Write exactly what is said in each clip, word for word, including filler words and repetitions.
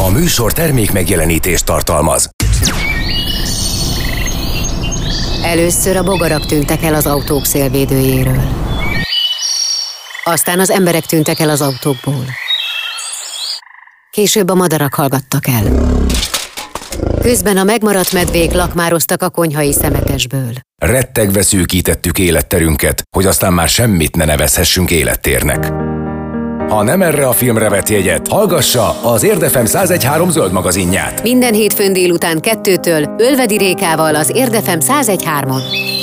A műsor termék megjelenítést tartalmaz. Először a bogarak tűntek el az autók szélvédőjéről. Aztán az emberek tűntek el az autókból. Később a madarak hallgattak el. Közben a megmaradt medvék lakmároztak a konyhai szemetesből. Rettegve szűkítettük életterünket, hogy aztán már semmit ne nevezhessünk élettérnek. Ha nem erre a filmre vett jegyet, hallgassa az Érdefem száz egy pont három zöld magazinját. Minden hétfőn délután kettőtől Ölvedi Rékával az Érdefem száz egy pont hármon.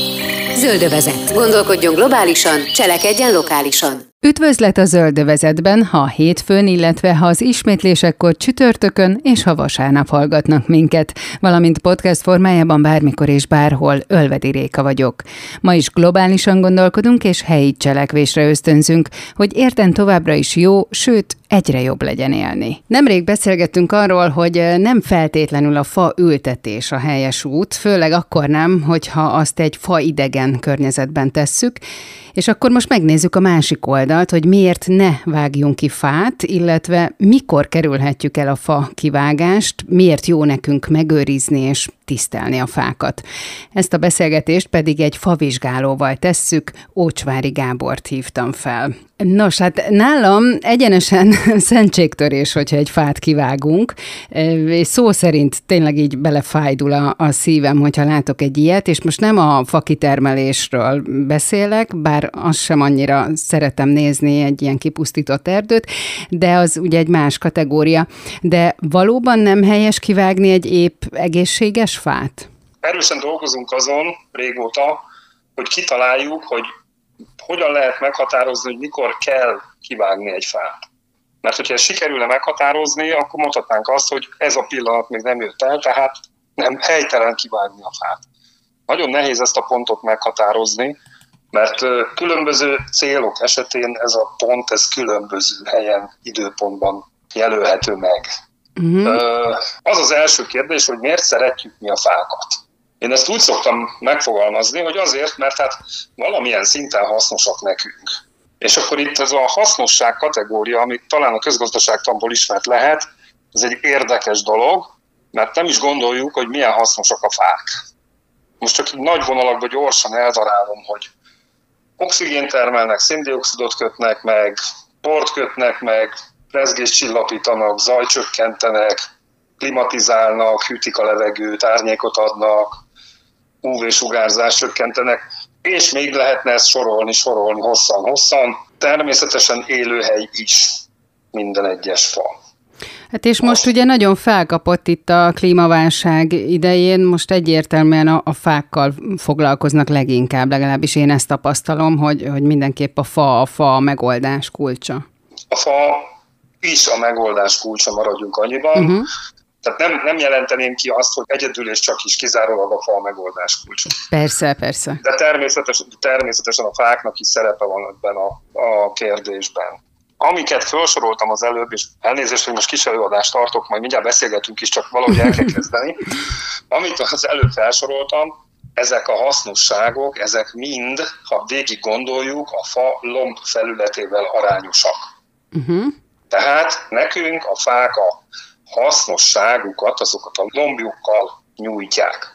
Zöldövezet. Gondolkodjon globálisan, cselekedjen lokálisan. Üdvözlet a Zöldövezetben, ha hétfőn, illetve ha az ismétlésekkor csütörtökön és ha vasárnap hallgatnak minket, valamint podcast formájában bármikor és bárhol. Ölvedi Réka vagyok. Ma is globálisan gondolkodunk és helyi cselekvésre ösztönzünk, hogy érten továbbra is jó, sőt, egyre jobb legyen élni. Nemrég beszélgettünk arról, hogy nem feltétlenül a fa ültetés a helyes út, főleg akkor nem, hogyha azt egy fa idegen környezetben tesszük, és akkor most megnézzük a másik oldalt, hogy miért ne vágjunk ki fát, illetve mikor kerülhetjük el a fa kivágást, miért jó nekünk megőrizni és tisztelni a fákat. Ezt a beszélgetést pedig egy favizsgálóval tesszük, Ócsvári Gábort hívtam fel. Nos, hát nálam egyenesen szentségtörés, hogyha egy fát kivágunk, és szó szerint tényleg így belefájdul a, a szívem, hogyha látok egy ilyet, és most nem a fakitermelésről beszélek, bár azt sem annyira szeretem nézni egy ilyen kipusztított erdőt, de az ugye egy más kategória. De valóban nem helyes kivágni egy épp egészséges fát? Erősen dolgozunk azon régóta, hogy kitaláljuk, hogy hogyan lehet meghatározni, hogy mikor kell kivágni egy fát. Mert hogyha ezt sikerülne meghatározni, akkor mondhatnánk azt, hogy ez a pillanat még nem jött el, tehát nem helytelen kivágni a fát. Nagyon nehéz ezt a pontot meghatározni, mert különböző célok esetén ez a pont, ez különböző helyen, időpontban jelölhető meg. Uh-huh. Az az első kérdés, hogy miért szeretjük mi a fákat. Én ezt úgy szoktam megfogalmazni, hogy azért, mert hát valamilyen szinten hasznosak nekünk. És akkor itt ez a hasznosság kategória, amit talán a közgazdaságtanból ismert lehet, ez egy érdekes dolog, mert nem is gondoljuk, hogy milyen hasznosak a fák. Most csak nagy vonalakban gyorsan eldarálom, hogy oxigént termelnek, széndioxidot kötnek meg, port kötnek meg, rezgést csillapítanak, zajcsökkentenek, klimatizálnak, hűtik a levegőt, árnyékot adnak, ú vé-sugárzást csökkentenek, és még lehetne ezt sorolni, sorolni hosszan-hosszan. Természetesen élőhely is minden egyes fa. Hát és most ugye nagyon felkapott itt a klímaválság idején, most egyértelműen a, a fákkal foglalkoznak leginkább, legalábbis én ezt tapasztalom, hogy, hogy mindenképp a fa, a fa a megoldás kulcsa. A fa is a megoldás kulcsa, maradjunk annyiban. Uh-huh. Tehát nem, nem jelenteném ki azt, hogy egyedül és csak is kizárólag a fa a megoldás kulcsa. Persze, persze. De természetesen, természetesen a fáknak is szerepe van ebben a, a kérdésben. Amiket felsoroltam az előbb, és elnézést, hogy most kis előadást tartok, majd mindjárt beszélgetünk is, csak valahogy el kell kezdeni. Amit az előbb felsoroltam, ezek a hasznosságok, ezek mind, ha végig gondoljuk, a fa lomb felületével arányosak. Uh-huh. Tehát nekünk a fák a hasznosságukat, azokat a lombjukkal nyújtják.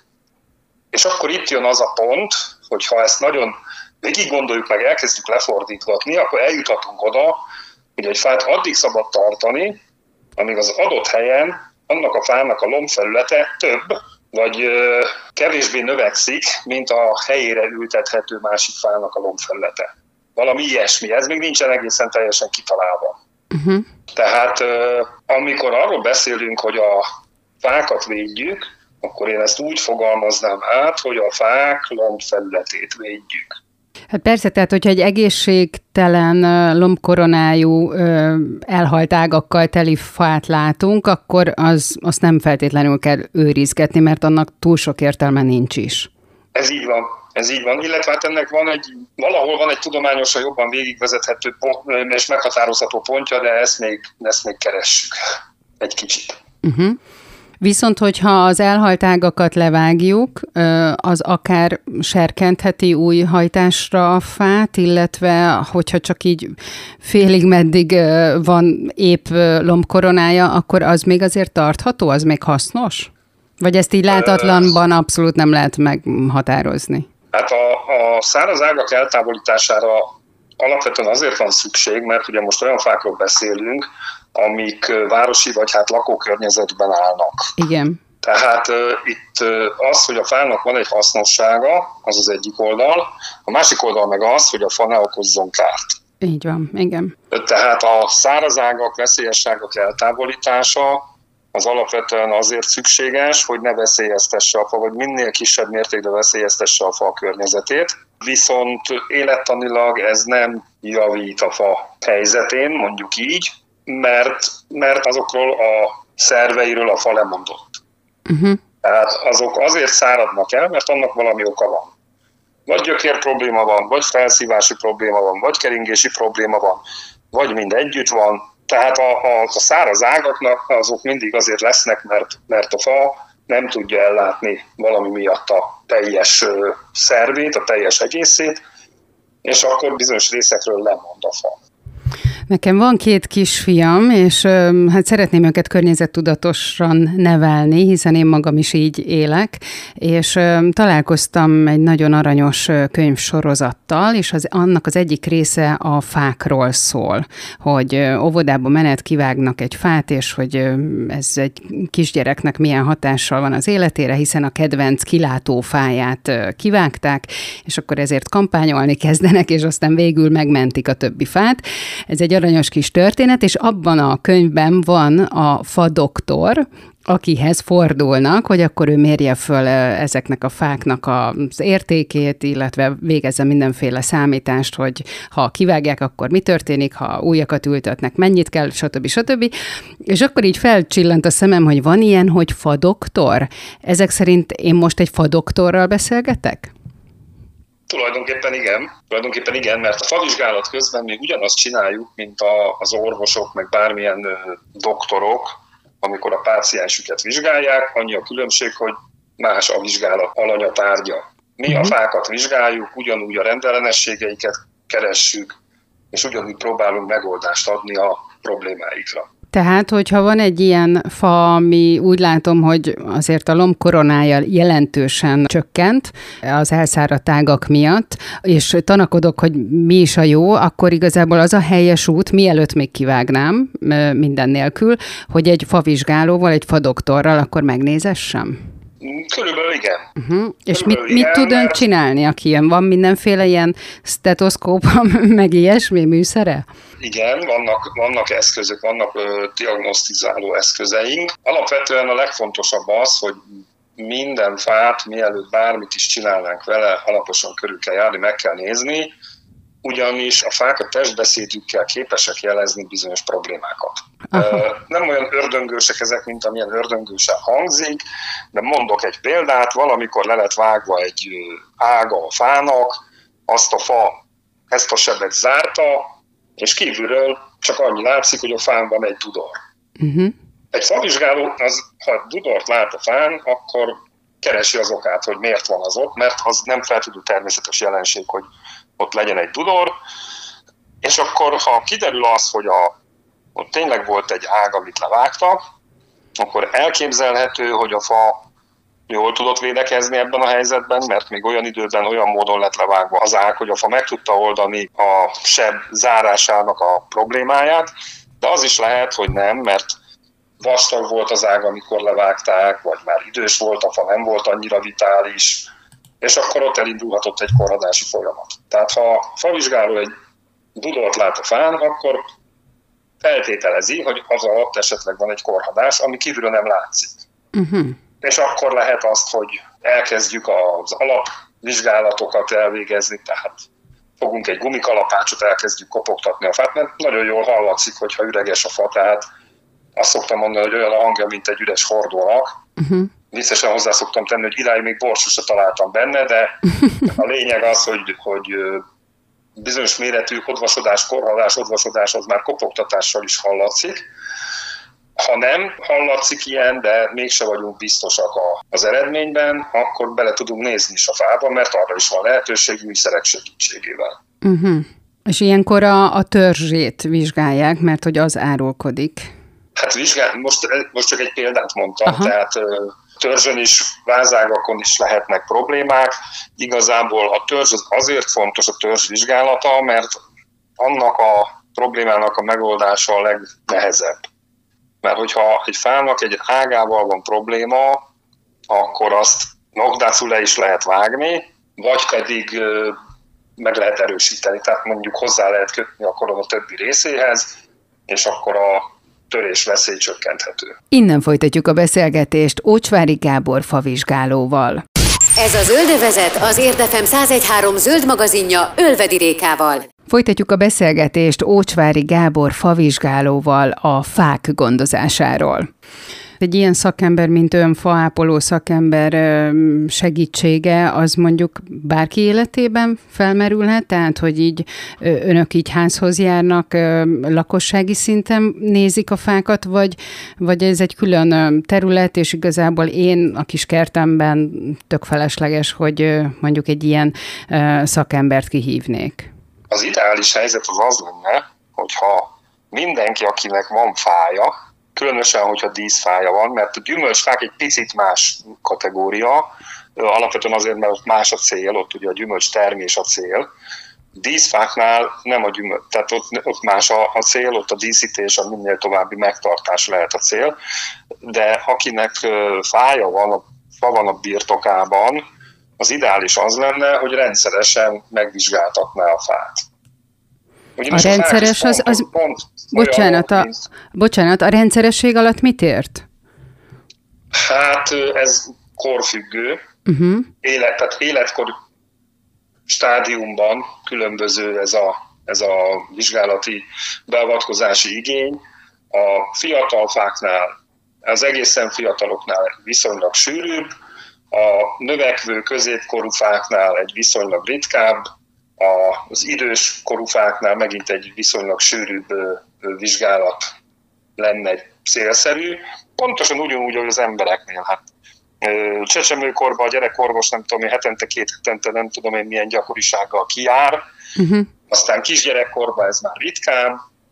És akkor itt jön az a pont, hogy ha ezt nagyon végig gondoljuk, meg elkezdjük lefordítgatni, akkor eljutatunk oda, hogy egy fát addig szabad tartani, amíg az adott helyen annak a fának a lombfelülete több, vagy ö, kevésbé növekszik, mint a helyére ültethető másik fának a lombfelülete. Valami ilyesmi, ez még nincsen egészen teljesen kitalálva. Uh-huh. Tehát ö, amikor arról beszélünk, hogy a fákat védjük, akkor én ezt úgy fogalmaznám át, hogy a fák lombfelületét védjük. Hát persze, tehát hogyha egy egészségtelen, lombkoronájú, elhalt ágakkal teli fát látunk, akkor az, azt nem feltétlenül kell őrizgetni, mert annak túl sok értelme nincs is. Ez így van, ez így van. Illetve hát ennek van egy, valahol van egy tudományosan jobban végigvezethető pont, és meghatározható pontja, de ezt még, ezt még keressük egy kicsit. Uh-huh. Viszont, hogyha az elhalt ágakat levágjuk, az akár serkentheti új hajtásra a fát, illetve hogyha csak így félig meddig van épp lombkoronája, akkor az még azért tartható, az még hasznos? Vagy ezt így látatlanban abszolút nem lehet meghatározni? Hát a, a száraz ágak eltávolítására alapvetően azért van szükség, mert ugye most olyan fákról beszélünk, amik városi vagy hát lakókörnyezetben állnak. Igen. Tehát uh, itt uh, az, hogy a fának van egy hasznossága, az az egyik oldal, a másik oldal meg az, hogy a fa ne okozzon kárt. Így van, igen. Tehát a száraz ágak, veszélyes ágak eltávolítása az alapvetően azért szükséges, hogy ne veszélyeztesse a fa, vagy minél kisebb mértékben veszélyeztesse a fa környezetét. Viszont élettanilag ez nem javít a fa helyzetén, mondjuk így, mert, mert azokról a szerveiről a fa lemondott. Uh-huh. Tehát azok azért száradnak el, mert annak valami oka van. Vagy gyökér probléma van, vagy felszívási probléma van, vagy keringési probléma van, vagy mind együtt van. Tehát a, a, a száraz ágaknak azok mindig azért lesznek, mert, mert a fa nem tudja ellátni valami miatt a teljes szervét, a teljes egészét, és akkor bizonyos részekről lemond a fa. Nekem van két kisfiam, és hát szeretném őket környezettudatosan nevelni, hiszen én magam is így élek, és találkoztam egy nagyon aranyos könyvsorozattal, és az, annak az egyik része a fákról szól, hogy óvodába menet kivágnak egy fát, és hogy ez egy kisgyereknek milyen hatással van az életére, hiszen a kedvenc kilátófáját kivágták, és akkor ezért kampányolni kezdenek, és aztán végül megmentik a többi fát. Ez egy aranyos kis történet, és abban a könyvben van a fa doktor, akihez fordulnak, hogy akkor ő mérje föl ezeknek a fáknak az értékét, illetve végezze mindenféle számítást, hogy ha kivágják, akkor mi történik, ha újakat ültetnek, mennyit kell, stb. stb. És akkor így felcsillant a szemem, hogy van ilyen, hogy fa doktor. Ezek szerint én most egy fa doktorral beszélgetek? Tulajdonképpen igen, tulajdonképpen igen, mert a favizsgálat közben még ugyanazt csináljuk, mint a, az orvosok, meg bármilyen ö, doktorok, amikor a páciensüket vizsgálják, annyi a különbség, hogy más a vizsgálat alanyatárgya. Mi a fákat vizsgáljuk, ugyanúgy a rendellenességeiket keressük, és ugyanúgy próbálunk megoldást adni a problémáikra. Tehát, hogyha van egy ilyen fa, ami úgy látom, hogy azért a lombkoronája jelentősen csökkent az elszáradt ágak miatt, és tanakodok, hogy mi is a jó, akkor igazából az a helyes út, mielőtt még kivágnám minden nélkül, hogy egy favizsgálóval, egy fadoktorral akkor megnézessem? Körülbelül igen. Uh-huh. És mit, mit tud ön csinálni, aki ilyen? Van mindenféle ilyen stetoszkópa, meg ilyesmi műszere? Igen, vannak, vannak eszközök, vannak ö, diagnosztizáló eszközeink. Alapvetően a legfontosabb az, hogy minden fát, mielőtt bármit is csinálnánk vele, alaposan körül kell járni, meg kell nézni, ugyanis a fák a testbeszédükkel képesek jelezni bizonyos problémákat. Aha. Nem olyan ördöngősek ezek, mint amilyen ördöngősen hangzik, de mondok egy példát, valamikor le lett vágva egy ága a fának, azt a fa ezt a sebet zárta, és kívülről csak annyi látszik, hogy a fán van egy dudor. Uh-huh. Egy favizsgáló, az, ha dudort lát a fán, akkor keresi az okát, hogy miért van az ok, mert az nem feltűnő természetes jelenség, hogy ott legyen egy dudor, és akkor, ha kiderül az, hogy a, ott tényleg volt egy ág, amit levágtak, akkor elképzelhető, hogy a fa jól tudott védekezni ebben a helyzetben, mert még olyan időben, olyan módon lett levágva az ág, hogy a fa meg tudta oldani a seb zárásának a problémáját, de az is lehet, hogy nem, mert vastag volt az ág, amikor levágták, vagy már idős volt, a fa nem volt annyira vitális, és akkor ott elindulhatott egy korhadási folyamat. Tehát ha a favizsgáló egy dudort lát a fán, akkor feltételezi, hogy az alatt esetleg van egy korhadás, ami kívülről nem látszik. Uh-huh. És akkor lehet azt, hogy elkezdjük az alapvizsgálatokat elvégezni, tehát fogunk egy gumikalapácsot, elkezdjük kopogtatni a fát, mert nagyon jól hallatszik, hogyha üreges a fa, tehát azt szoktam mondani, hogy olyan a hangja, mint egy üres hordónak. Uh-huh. Viccesen hozzá szoktam tenni, hogy idáig még borsót találtam benne, de a lényeg az, hogy, hogy bizonyos méretű odvasodás, korhalás, odvasodás az már kopogtatással is hallatszik. Ha nem hallatszik ilyen, de mégse vagyunk biztosak az eredményben, akkor bele tudunk nézni is a fába, mert arra is van lehetőség műszerek segítségével. Uh-huh. És ilyenkor a, a törzsét vizsgálják, mert hogy az árulkodik. Hát vizsgál, most, most csak egy példát mondtam, Aha. tehát törzsön is, vázágakon is lehetnek problémák. Igazából a törzs az azért fontos, a törzs vizsgálata, mert annak a problémának a megoldása a legnehezebb. Mert hogyha egy fának egy ágával van probléma, akkor azt nokdácul le is lehet vágni, vagy pedig meg lehet erősíteni. Tehát mondjuk hozzá lehet kötni a korona többi részéhez, és akkor a törés veszély csökkenthető. Innen folytatjuk a beszélgetést Ócsvári Gábor favizsgálóval. Ez a Zöldövezet, az Érdefem száz egy három zöld magazinja Ölvedi Rékával. Folytatjuk a beszélgetést Ócsvári Gábor favizsgálóval a fák gondozásáról. Egy ilyen szakember, mint ön, faápoló szakember segítsége, az mondjuk bárki életében felmerülhet? Tehát, hogy így önök így házhoz járnak, lakossági szinten nézik a fákat, vagy, vagy ez egy külön terület, és igazából én a kis kertemben tök felesleges, hogy mondjuk egy ilyen szakembert kihívnék? Az ideális helyzet az az lenne, hogyha mindenki, akinek van fája, különösen, hogyha díszfája van, mert a gyümölcsfák egy picit más kategória, alapvetően azért, mert ott más a cél, ott ugye a gyümölcs termés a cél. Díszfáknál nem a gyümölcs, tehát ott, ott más a, a cél, ott a díszítés, a minél további megtartás lehet a cél, de akinek fája van, a fa van a birtokában, az ideális az lenne, hogy rendszeresen megvizsgáltatná a fát. Ugyanis a rendszeres a az... az... Pont, pont bocsánat, a, mint... bocsánat, a rendszeresség alatt mit ért? Hát ez korfüggő. Uh-huh. Élet, tehát életkor stádiumban különböző ez a, ez a vizsgálati beavatkozási igény. A fiatal fáknál, az egészen fiataloknál viszonylag sűrűbb, a növekvő középkorú fáknál egy viszonylag ritkább, az idős korú fáknál megint egy viszonylag sűrűbb vizsgálat lenne egy célszerű. Pontosan ugyanúgy, ahogy az embereknél. Hát, csecsemőkorban a gyerekorvos, nem tudom én, hetente, két hetente, nem tudom én milyen gyakorisággal kijár. Uh-huh. Aztán kisgyerekkorban ez már ritkán.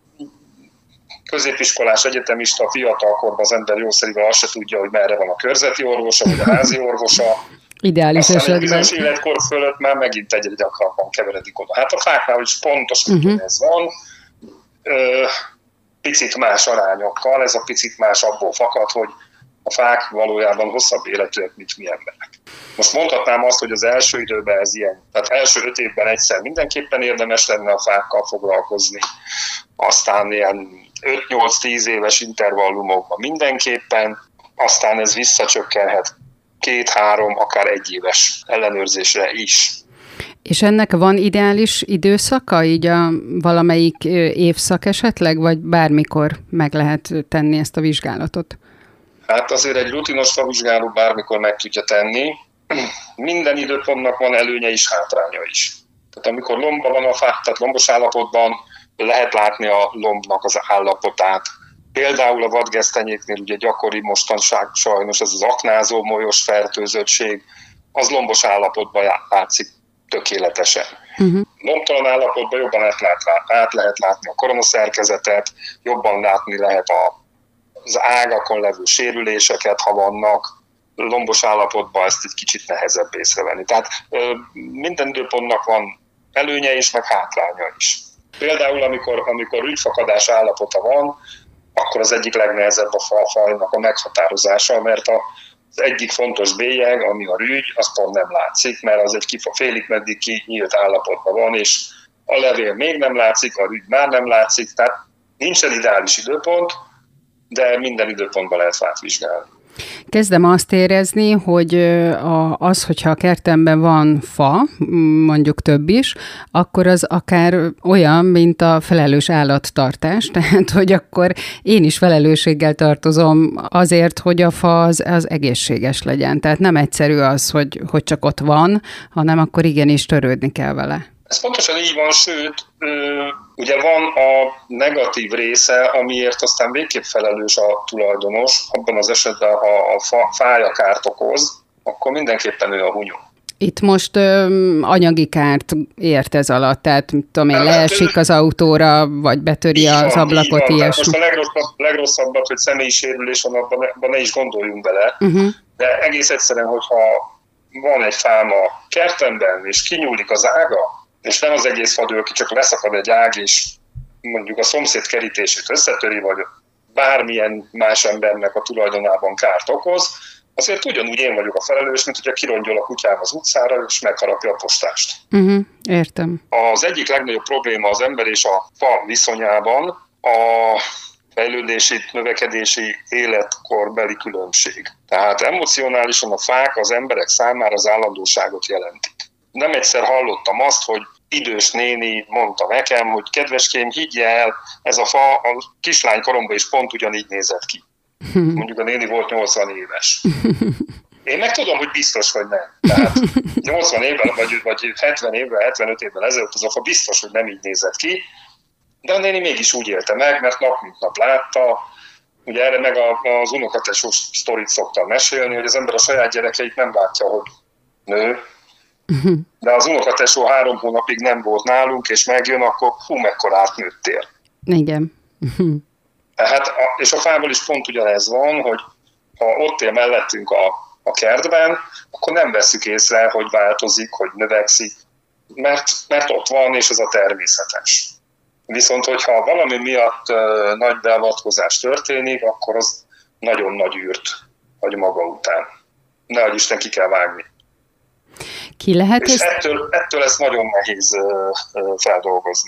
Középiskolás, egyetemista, fiatalkorban az ember jószerivel azt se tudja, hogy merre van a körzeti orvosa, vagy a házi orvosa. Ideális aztán esetben. Aztán egy bizonyos életkor fölött már megint egyre gyakrabban keveredik oda. Hát a fáknál is pontosan uh-huh. ez van. Ö, picit más arányokkal, ez a picit más abból fakad, hogy a fák valójában hosszabb életűek, mint mi emberek. Most mondhatnám azt, hogy az első időben ez ilyen, tehát első öt évben egyszer mindenképpen érdemes lenne a fákkal foglalkozni, aztán ilyen öt-nyolc-tíz éves intervallumokban mindenképpen, aztán ez visszacsökkenhet két-három, akár egy éves ellenőrzésre is. És ennek van ideális időszaka, így a valamelyik évszak esetleg, vagy bármikor meg lehet tenni ezt a vizsgálatot? Hát azért egy rutinos favizsgáló bármikor meg tudja tenni. Minden időpontnak van előnye is, hátránya is. Tehát amikor lombban van a fá, tehát lombos állapotban lehet látni a lombnak az állapotát. Például a vadgesztenyéknél ugye gyakori mostanság sajnos ez az aknázó molyos fertőzöttség, az lombos állapotban látszik tökéletesen. Uh-huh. Lombtalan állapotban jobban át lehet, át lehet látni a koronaszerkezetet, jobban látni lehet a, az ágakon levő sérüléseket, ha vannak. Lombos állapotban ezt egy kicsit nehezebb észrevenni. Tehát minden időpontnak van előnye is, meg hátránya is. Például amikor, amikor rügyfakadás állapota van, akkor az egyik legnehezebb a fajnak a meghatározása, mert az egyik fontos bélyeg, ami a rügy, az pont nem látszik, mert az egy kifa, félig meddig kinyílt állapotban van, és a levél még nem látszik, a rügy már nem látszik, tehát nincsen ideális időpont, de minden időpontban lehet fát vizsgálni. Kezdem azt érezni, hogy az, hogyha a kertemben van fa, mondjuk több is, akkor az akár olyan, mint a felelős állattartás, tehát hogy akkor én is felelősséggel tartozom azért, hogy a fa az, az egészséges legyen. Tehát nem egyszerű az, hogy, hogy csak ott van, hanem akkor igenis törődni kell vele. Ez pontosan így van, sőt, ugye van a negatív része, amiért aztán végképp felelős a tulajdonos, abban az esetben, ha a fája kárt okoz, akkor mindenképpen ő a hunyó. Itt most ö, anyagi kárt ért ez alatt, tehát tudom én, leesik az autóra, vagy betöri van, az ablakot, ilyesmi. Most a legrosszabb, legrosszabbat, hogy személyi sérülés van, abban ne, abban ne is gondoljunk bele, uh-huh. de egész egyszerűen, hogyha van egy fám a kertemben, és kinyúlik az ága, és nem az egész fa dől ki, csak leszakad egy ág, és mondjuk a szomszéd kerítését összetöri, vagy bármilyen más embernek a tulajdonában kárt okoz, azért ugyanúgy én vagyok a felelős, mint hogyha kirongyol a kutyám az utcára, és megharapja a postást. Uh-huh, értem. Az egyik legnagyobb probléma az ember és a fa viszonyában a fejlődési, növekedési életkorbeli különbség. Tehát emocionálisan a fák az emberek számára az állandóságot jelentik. Nem egyszer hallottam azt, hogy idős néni mondta nekem, hogy kedveském, higgy el, ez a fa a kislánykoromban is pont ugyanígy nézett ki. Mondjuk a néni volt nyolcvan éves. Én meg tudom, hogy biztos, hogy nem. Tehát nyolcvan évvel, vagy, vagy hetven évvel, hetvenöt évvel ezelőtt az a fa biztos, hogy nem így nézett ki, de a néni mégis úgy élte meg, mert nap mint nap látta. Ugye erre meg az unokatesós sztorit szoktam mesélni, hogy az ember a saját gyerekeit nem látja, hogy nő, de az unokatesó három hónapig nem volt nálunk, és megjön, akkor hú, mekkora átnőttél. Igen. Tehát, és a fával is pont ugyanez van, hogy ha ott él mellettünk a, a kertben, akkor nem vesszük észre, hogy változik, hogy növekszik, mert, mert ott van, és ez a természetes. Viszont, hogyha valami miatt uh, nagy beavatkozás történik, akkor az nagyon nagy űrt hagy maga után. Nehogy Isten, ki kell vágni. Ki lehet és ezt... ettől, ettől ezt nagyon nehéz uh, uh, feldolgozni.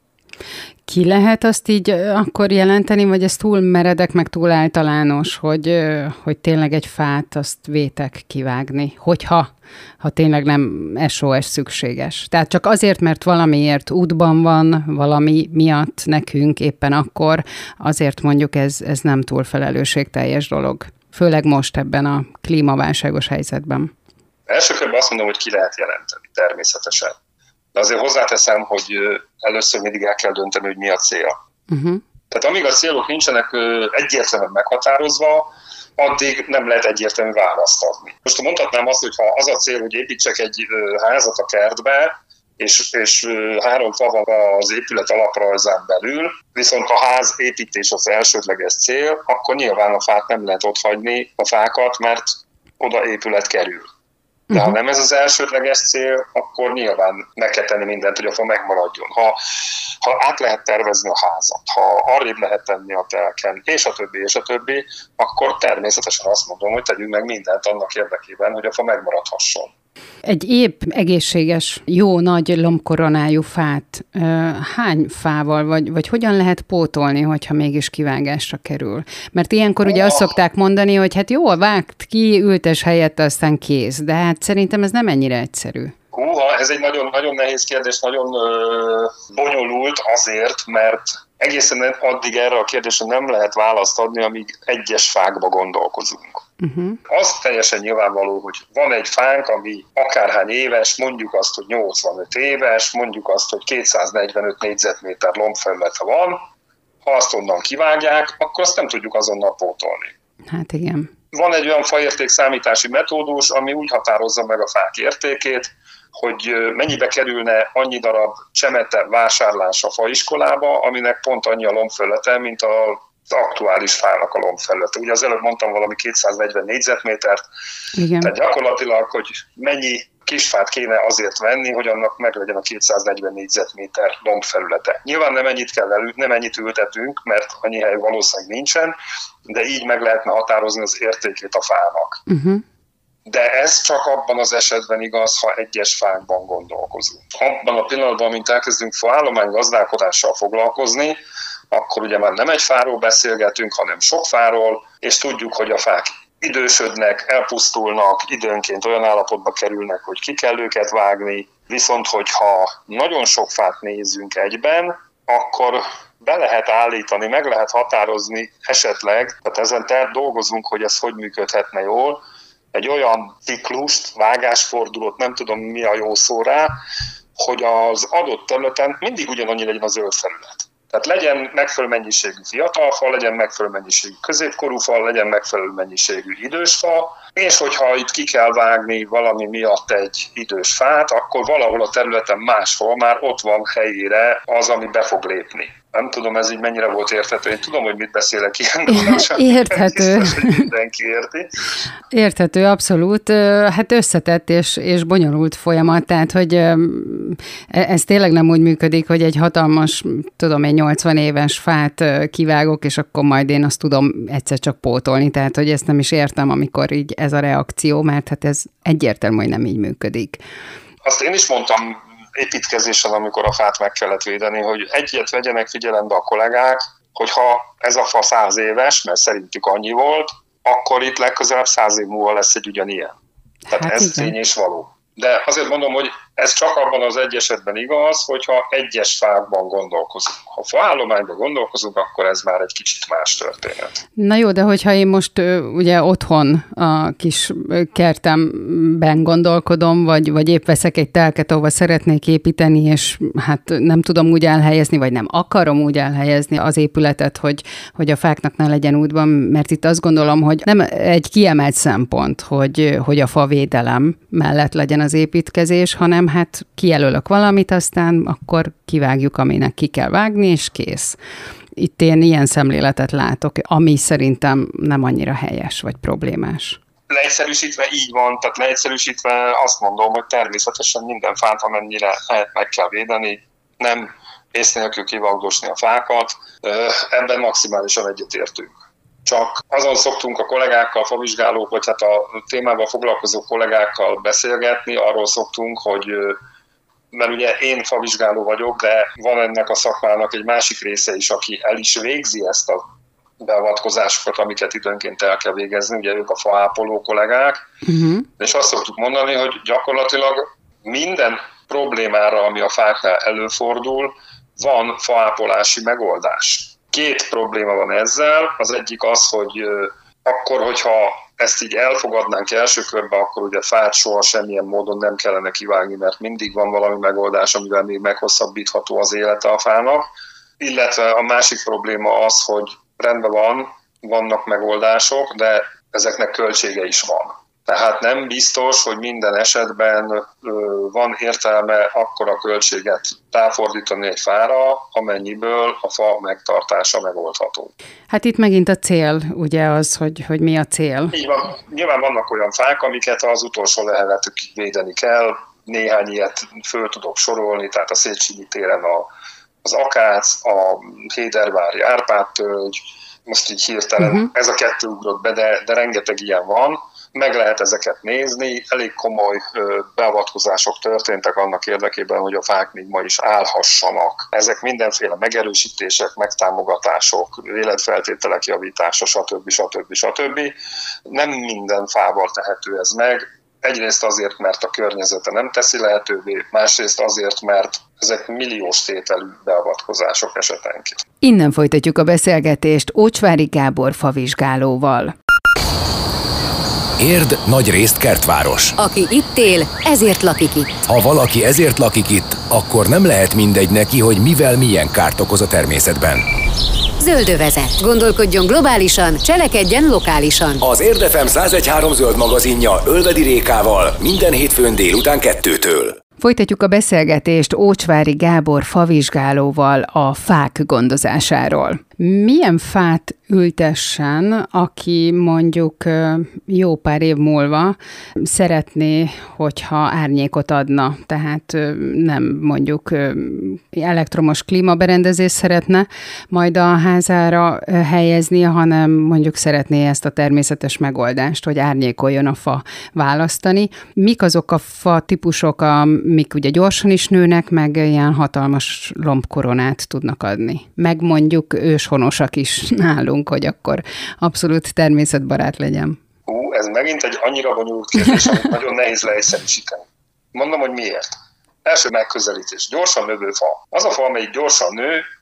Ki lehet azt így akkor jelenteni, vagy ez túl meredek, meg túl általános, hogy, hogy tényleg egy fát azt vétek kivágni, hogyha ha tényleg nem es o es szükséges. Tehát csak azért, mert valamiért útban van, valami miatt nekünk éppen akkor, azért mondjuk ez, ez nem túl felelősségteljes dolog. Főleg most ebben a klímaválságos helyzetben. Első körben azt mondom, hogy ki lehet jelenteni, természetesen. De azért hozzáteszem, hogy először mindig el kell dönteni, hogy mi a cél. Uh-huh. Tehát amíg a célok nincsenek egyértelműen meghatározva, addig nem lehet egyértelmű választ adni. Most mondhatnám azt, hogy ha az a cél, hogy építsek egy házat a kertbe, és, és három fa van az épület alaprajzán belül, viszont a ház építés az elsődleges cél, akkor nyilván a fát nem lehet ott hagyni, a fákat, mert oda épület kerül. De ha nem ez az elsődleges cél, akkor nyilván meg kell tenni mindent, hogy a fa megmaradjon. Ha, ha át lehet tervezni a házat, ha arrébb lehet tenni a telken, és a többi, és a többi, akkor természetesen azt mondom, hogy tegyünk meg mindent annak érdekében, hogy a fa megmaradhasson. Egy épp, egészséges, jó nagy lombkoronájú fát hány fával, vagy, vagy hogyan lehet pótolni, hogyha mégis kivágásra kerül? Mert ilyenkor ugye azt szokták mondani, hogy hát jó, vágt ki, ültes helyett, aztán kész. De hát szerintem ez nem ennyire egyszerű. Húha, ez egy nagyon, nagyon nehéz kérdés, nagyon ö, bonyolult azért, mert egészen addig erre a kérdésre nem lehet választ adni, amíg egyes fákba gondolkozunk. Uh-huh. Az teljesen nyilvánvaló, hogy van egy fánk, ami akárhány éves, mondjuk azt, hogy nyolcvanöt éves, mondjuk azt, hogy kétszáznegyvenöt négyzetméter lombfelülete van, ha azt onnan kivágják, akkor azt nem tudjuk azonnal pótolni. Hát igen. Van egy olyan faérték számítási metódus, ami úgy határozza meg a fák értékét, hogy mennyibe kerülne annyi darab csemete vásárlás a faiskolába, aminek pont annyi a lombfelülete, mint a az aktuális fának a lombfelülete. Ugye az előbb mondtam valami kétszáznegyven négyzetmétert, igen. Tehát gyakorlatilag, hogy mennyi kisfát kéne azért venni, hogy annak meglegyen a kétszáznegyven négyzetméter lombfelülete. Nyilván nem ennyit kell elő, nem ennyit ültetünk, mert annyi hely valószínűleg nincsen, de így meg lehetne határozni az értékét a fának. Uh-huh. De ez csak abban az esetben igaz, ha egyes fákban gondolkozunk. Abban a pillanatban, mint elkezdünk faállomány gazdálkodással foglalkozni, akkor ugye már nem egy fáról beszélgetünk, hanem sok fáról, és tudjuk, hogy a fák idősödnek, elpusztulnak, időnként olyan állapotba kerülnek, hogy ki kell őket vágni, viszont hogyha nagyon sok fát nézzünk egyben, akkor be lehet állítani, meg lehet határozni esetleg, tehát ezen tehát dolgozunk, hogy ez hogy működhetne jól, egy olyan ciklust, vágásfordulót, nem tudom mi a jó szó rá, hogy az adott területen mindig ugyanannyi legyen a zöld felület. Tehát legyen megfelelő mennyiségű fiatal fa, legyen megfelelő mennyiségű középkorú fa, legyen megfelelő mennyiségű idős fa, és hogyha itt ki kell vágni valami miatt egy idős fát, akkor valahol a területen máshol már ott van helyére az, ami be fog lépni. Nem tudom, ez így mennyire volt érthető. Én tudom, hogy mit beszélek ilyen. Érthető. Biztos, hogy mindenki érti. Érthető, abszolút. Hát összetett és, és bonyolult folyamat, tehát, hogy ez tényleg nem úgy működik, hogy egy hatalmas, tudom, egy nyolcvan éves fát kivágok, és akkor majd én azt tudom egyszer csak pótolni. Tehát, hogy ezt nem is értem, amikor így ez a reakció, mert hát ez egyértelmű, hogy nem így működik. Azt én is mondtam építkezésen, amikor a fát meg kellett védeni, hogy egyet vegyenek figyelembe a kollégák, hogyha ez a fa száz éves, mert szerintük annyi volt, akkor itt legközelebb száz év múlva lesz egy ugyanilyen. Tehát hát ez tény és való. De azért mondom, hogy ez csak abban az egy esetben igaz, hogyha egyes fákban gondolkozunk. Ha faállományban gondolkozunk, akkor ez már egy kicsit más történet. Na jó, de hogyha én most ugye otthon a kis kertemben gondolkodom, vagy, vagy épp veszek egy telket, ahova szeretnék építeni, és hát nem tudom úgy elhelyezni, vagy nem akarom úgy elhelyezni az épületet, hogy, hogy a fáknak ne legyen útban, mert itt azt gondolom, hogy nem egy kiemelt szempont, hogy, hogy a favédelem mellett legyen az építkezés, hanem hát kijelölök valamit, aztán akkor kivágjuk, aminek ki kell vágni, és kész. Itt én ilyen szemléletet látok, ami szerintem nem annyira helyes vagy problémás. Leegyszerűsítve így van, tehát leegyszerűsítve azt mondom, hogy természetesen minden fát, amennyire meg kell védeni, nem ész nélkül kivagdosni a fákat, ebben maximálisan egyetértünk. Csak azon szoktunk a kollégákkal, favizsgálók, vagy hát a témával foglalkozó kollégákkal beszélgetni, arról szoktunk, hogy mert ugye én favizsgáló vagyok, de van ennek a szakmának egy másik része is, aki el is végzi ezt a beavatkozásokat, amiket időnként el kell végezni, ugye ők a faápoló kollégák, uh-huh. És azt szoktuk mondani, hogy gyakorlatilag minden problémára, ami a fáknál előfordul, van faápolási megoldás. Két probléma van ezzel, az egyik az, hogy akkor, hogyha ezt így elfogadnánk első körben, akkor ugye fát soha semmilyen módon nem kellene kivágni, mert mindig van valami megoldás, amivel még meghosszabbítható az élete a fának. Illetve a másik probléma az, hogy rendben van, vannak megoldások, de ezeknek költsége is van. Tehát nem biztos, hogy minden esetben van értelme akkora költséget ráfordítani egy fára, amennyiből a fa megtartása megoldható. Hát itt megint a cél, ugye az, hogy, hogy mi a cél. Így van. Nyilván vannak olyan fák, amiket az utolsó leheletükig védeni kell. Néhány ilyet föl tudok sorolni, tehát a Széchenyi téren a, az akác, a hédervári árpádtölgy, most így hirtelen uh-huh. ez a kettő ugrott be, de, de rengeteg ilyen van. Meg lehet ezeket nézni, elég komoly ö, beavatkozások történtek annak érdekében, hogy a fák még ma is állhassanak. Ezek mindenféle megerősítések, megtámogatások, életfeltételek javítása, stb. stb. stb. Nem minden fával tehető ez meg. Egyrészt azért, mert a környezete nem teszi lehetővé, másrészt azért, mert ezek milliós tételű beavatkozások esetenként. Innen folytatjuk a beszélgetést Ócsvári Gábor favizsgálóval. Érd nagy részt kertváros. Aki itt él, ezért lakik itt. Ha valaki ezért lakik itt, akkor nem lehet mindegy neki, hogy mivel milyen kárt okoz a természetben. Zöldövezet. Gondolkodjon globálisan, cselekedjen lokálisan. Az Érd ef em száz egy három zöld magazinja Ölvedi Rékával minden hétfőn délután kettőtől. Folytatjuk a beszélgetést Ócsvári Gábor favizsgálóval a fák gondozásáról. Milyen fát ültessen, aki mondjuk jó pár év múlva szeretné, hogyha árnyékot adna, tehát nem mondjuk elektromos klímaberendezést szeretne majd a házára helyezni, hanem mondjuk szeretné ezt a természetes megoldást, hogy árnyékoljon a fa választani. Mik azok a fa típusok, amik ugye gyorsan is nőnek, meg ilyen hatalmas lombkoronát tudnak adni? Meg mondjuk őshonosak is nálunk, hogy akkor abszolút természetbarát legyen. Ú, ez megint egy annyira bonyolult kérdés, amit nagyon nehéz leegyszerűsíteni. Mondom, hogy miért. Első megközelítés. Gyorsan növő fa. Az a fa, amelyik gyorsan nő,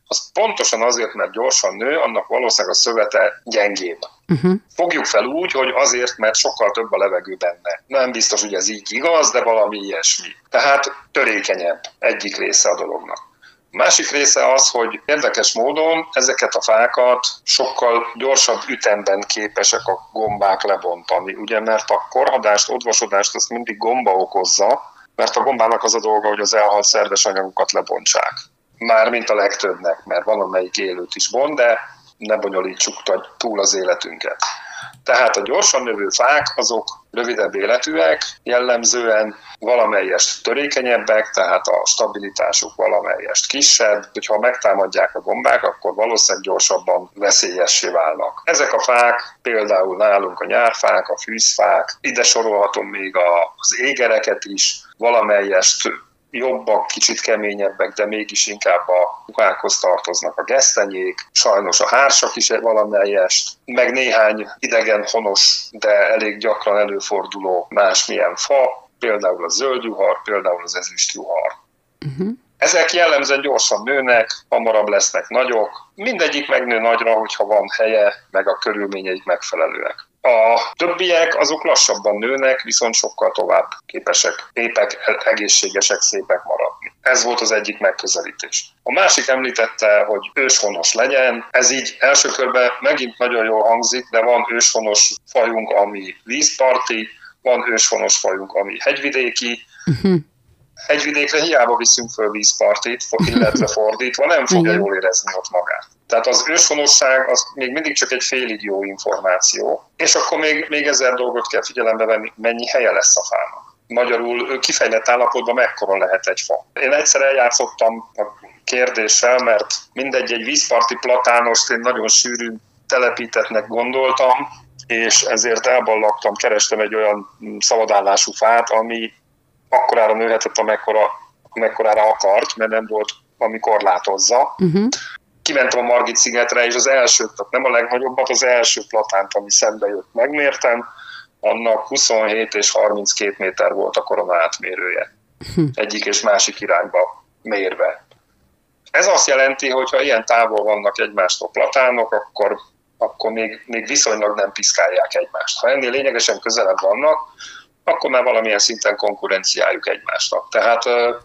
az pontosan azért, mert gyorsan nő, annak valószínűleg a szövete gyengébb. Uh-huh. Fogjuk fel úgy, hogy azért, mert sokkal több a levegő benne. Nem biztos, hogy ez így igaz, de valami ilyesmi. Tehát törékenyebb egyik része a dolognak. A másik része az, hogy érdekes módon ezeket a fákat sokkal gyorsabb ütemben képesek a gombák lebontani, ugye, mert a korhadást, odvasodást azt mindig gomba okozza, mert a gombának az a dolga, hogy az elhalt szerves anyagokat lebontsák. Mármint a legtöbbnek, mert van amelyik élőt is bont, de ne bonyolítsuk túl az életünket. Tehát a gyorsan növő fák azok rövidebb életűek, jellemzően valamelyest törékenyebbek, tehát a stabilitásuk valamelyest kisebb. Hogyha megtámadják a gombák, akkor valószínűleg gyorsabban veszélyessé válnak. Ezek a fák például nálunk a nyárfák, a fűzfák, ide sorolhatom még az égereket is, valamelyest jobbak, kicsit keményebbek, de mégis inkább a fákhoz tartoznak a gesztenyék, sajnos a hársak is valamelyest, meg néhány idegen honos, de elég gyakran előforduló másmilyen fa, például a zöldjuhar, például az ezüstjuhar. Uh-huh. Ezek jellemzően gyorsan nőnek, hamarabb lesznek nagyok, mindegyik megnő nagyra, hogyha van helye, meg a körülményeik megfelelőek. A többiek azok lassabban nőnek, viszont sokkal tovább képesek, épek, egészségesek, szépek maradni. Ez volt az egyik megközelítés. A másik említette, hogy őshonos legyen. Ez így első körben megint nagyon jól hangzik, de van őshonos fajunk, ami vízparti, van őshonos fajunk, ami hegyvidéki. Uh-huh. Hegyvidékre hiába viszünk föl vízpartit, illetve fordítva, nem fogja jól érezni ott magát. Tehát az őshonosság az még mindig csak egy félig jó információ, és akkor még, még ezer dolgot kell figyelembe venni, mennyi helye lesz a fának. Magyarul kifejlett állapotban mekkora lehet egy fa. Én egyszer eljátszottam a kérdéssel, mert mindegy, egy vízparti platánost én nagyon sűrűn telepítettnek gondoltam, és ezért elballagtam, kerestem egy olyan szabadállású fát, ami akkorára nőhetett, amekkora, amekkorára akart, mert nem volt, ami korlátozza. Uh-huh. Kimentem a Margit-szigetre, és az első, tehát nem a legnagyobbat, az első platánt, ami szembe jött, megmértem, annak huszonhét és harminckét méter volt a korona átmérője. Uh-huh. Egyik és másik irányba mérve. Ez azt jelenti, hogy ha ilyen távol vannak egymástól platánok, akkor, akkor még, még viszonylag nem piszkálják egymást. Ha ennél lényegesen közelebb vannak, akkor már valamilyen szinten konkurenciájuk egymásnak. Tehát ö,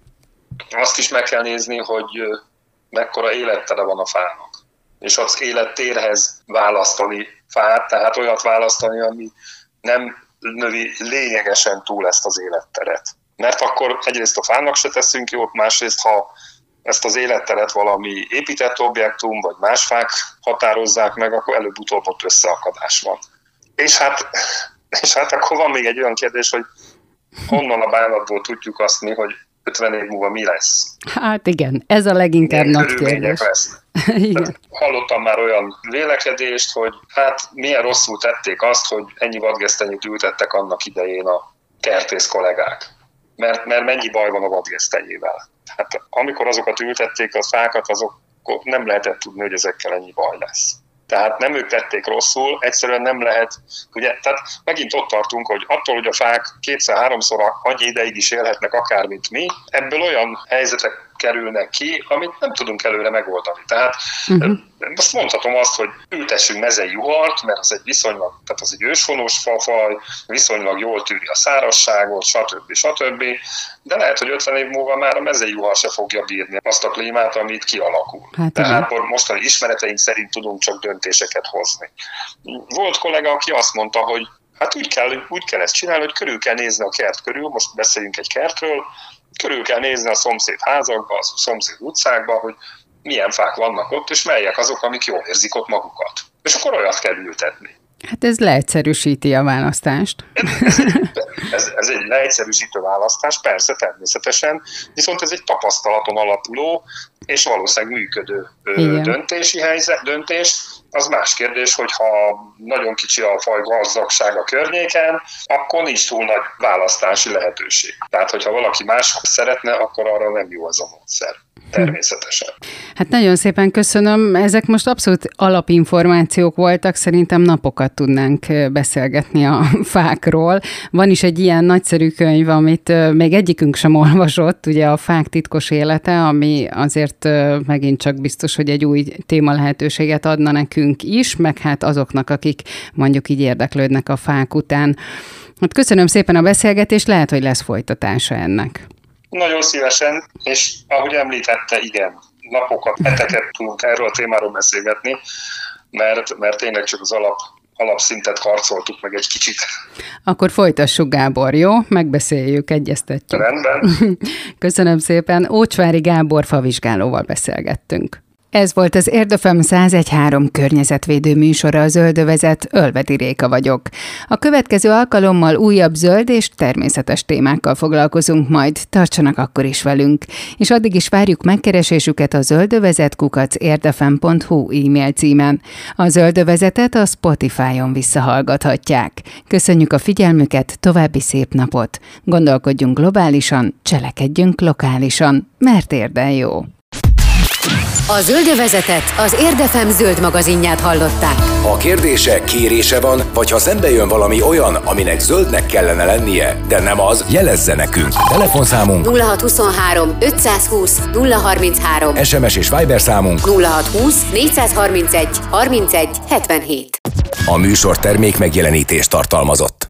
azt is meg kell nézni, hogy ö, mekkora élettere van a fának. És az élettérhez választani fát, tehát olyat választani, ami nem növi lényegesen túl ezt az életteret. Mert akkor egyrészt a fának se teszünk jót, másrészt, ha ezt az életteret valami épített objektum, vagy más fák határozzák meg, akkor előbb-utóbb ott összeakadás van. És hát... És hát akkor van még egy olyan kérdés, hogy honnan a bánatból tudjuk azt mi, hogy ötven év múlva mi lesz. Hát igen, ez a leginkább nagy kérdés. Igen. Hallottam már olyan vélekedést, hogy hát milyen rosszul tették azt, hogy ennyi vadgesztenyét ültettek annak idején a kertész kollégák. Mert, mert mennyi baj van a vadgesztenyével. Hát amikor azokat ültették, a fákat, azok nem lehetett tudni, hogy ezekkel ennyi baj lesz. Tehát nem ők tették rosszul, egyszerűen nem lehet, ugye, tehát megint ott tartunk, hogy attól, hogy a fák kétszer-háromszor annyi ideig is élhetnek akár, mint mi, ebből olyan helyzetek kerülnek ki, amit nem tudunk előre megoldani. Tehát uh-huh. most mondhatom azt, hogy ültessünk mezei juhart, mert az egy viszonylag, tehát az egy őshonos fafaj, viszonylag jól tűri a szárazságot, stb. stb. De lehet, hogy ötven év múlva már a mezei juhar se fogja bírni azt a klímát, amit kialakul. Hát, Tehát igen. mostani ismereteink szerint tudunk csak döntéseket hozni. Volt kollega, aki azt mondta, hogy hát úgy kell, úgy kell ezt csinálni, hogy körül kell nézni a kert körül, most beszéljünk egy kertről, körül kell nézni a szomszéd házakba, a szomszéd utcákba, hogy milyen fák vannak ott, és melyek azok, amik jól érzik ott magukat. És akkor olyat kell ültetni. Hát ez leegyszerűsíti a választást. Ez, ez, ez egy leegyszerűsítő választás, persze, természetesen, viszont ez egy tapasztalaton alapuló, és valószínűleg működő Igen. döntési helyzet, döntés. Az más kérdés, hogy ha nagyon kicsi a faj gazdagság a környéken, akkor nincs túl nagy választási lehetőség. Tehát, hogyha valaki máshoz szeretne, akkor arra nem jó az a módszer. természetesen. Hát nagyon szépen köszönöm. Ezek most abszolút alapinformációk voltak, szerintem napokat tudnánk beszélgetni a fákról. Van is egy ilyen nagyszerű könyv, amit még egyikünk sem olvasott, ugye a Fák titkos élete, ami azért megint csak biztos, hogy egy új téma lehetőséget adna nekünk is, meg hát azoknak, akik mondjuk így érdeklődnek a fák után. Hát köszönöm szépen a beszélgetést, lehet, hogy lesz folytatása ennek. Nagyon szívesen, és ahogy említette, igen, napokat, heteket tudunk erről a témáról beszélgetni, mert, mert tényleg csak az alap, alapszintet harcoltuk meg egy kicsit. Akkor folytassuk, Gábor, jó? Megbeszéljük, egyeztetjük. Rendben. Köszönöm szépen. Ócsvári Gábor favizsgálóval beszélgettünk. Ez volt az Érdefem száz egy pont három környezetvédő műsora, a Zöldövezet, Ölvedi Réka vagyok. A következő alkalommal újabb zöld és természetes témákkal foglalkozunk majd, tartsanak akkor is velünk. És addig is várjuk megkeresésüket a zöldövezet kukac érdefem pont hu e-mail címen. A Zöldövezetet a Spotify-on visszahallgathatják. Köszönjük a figyelmüket, további szép napot! Gondolkodjunk globálisan, cselekedjünk lokálisan, mert érden jó! A Zöldövezetet, az Érdefem zöld magazinját hallották. Ha kérdése, kérése van, vagy ha szembe jön valami olyan, aminek zöldnek kellene lennie, de nem az, jelezze nekünk. Telefonszámunk nulla hat huszonhárom ötszázhúsz nulla harminchárom, es em es és Viber számunk nulla hat húsz négyszázharmincegy harmincegy hetvenhét. A műsor termék megjelenítést tartalmazott.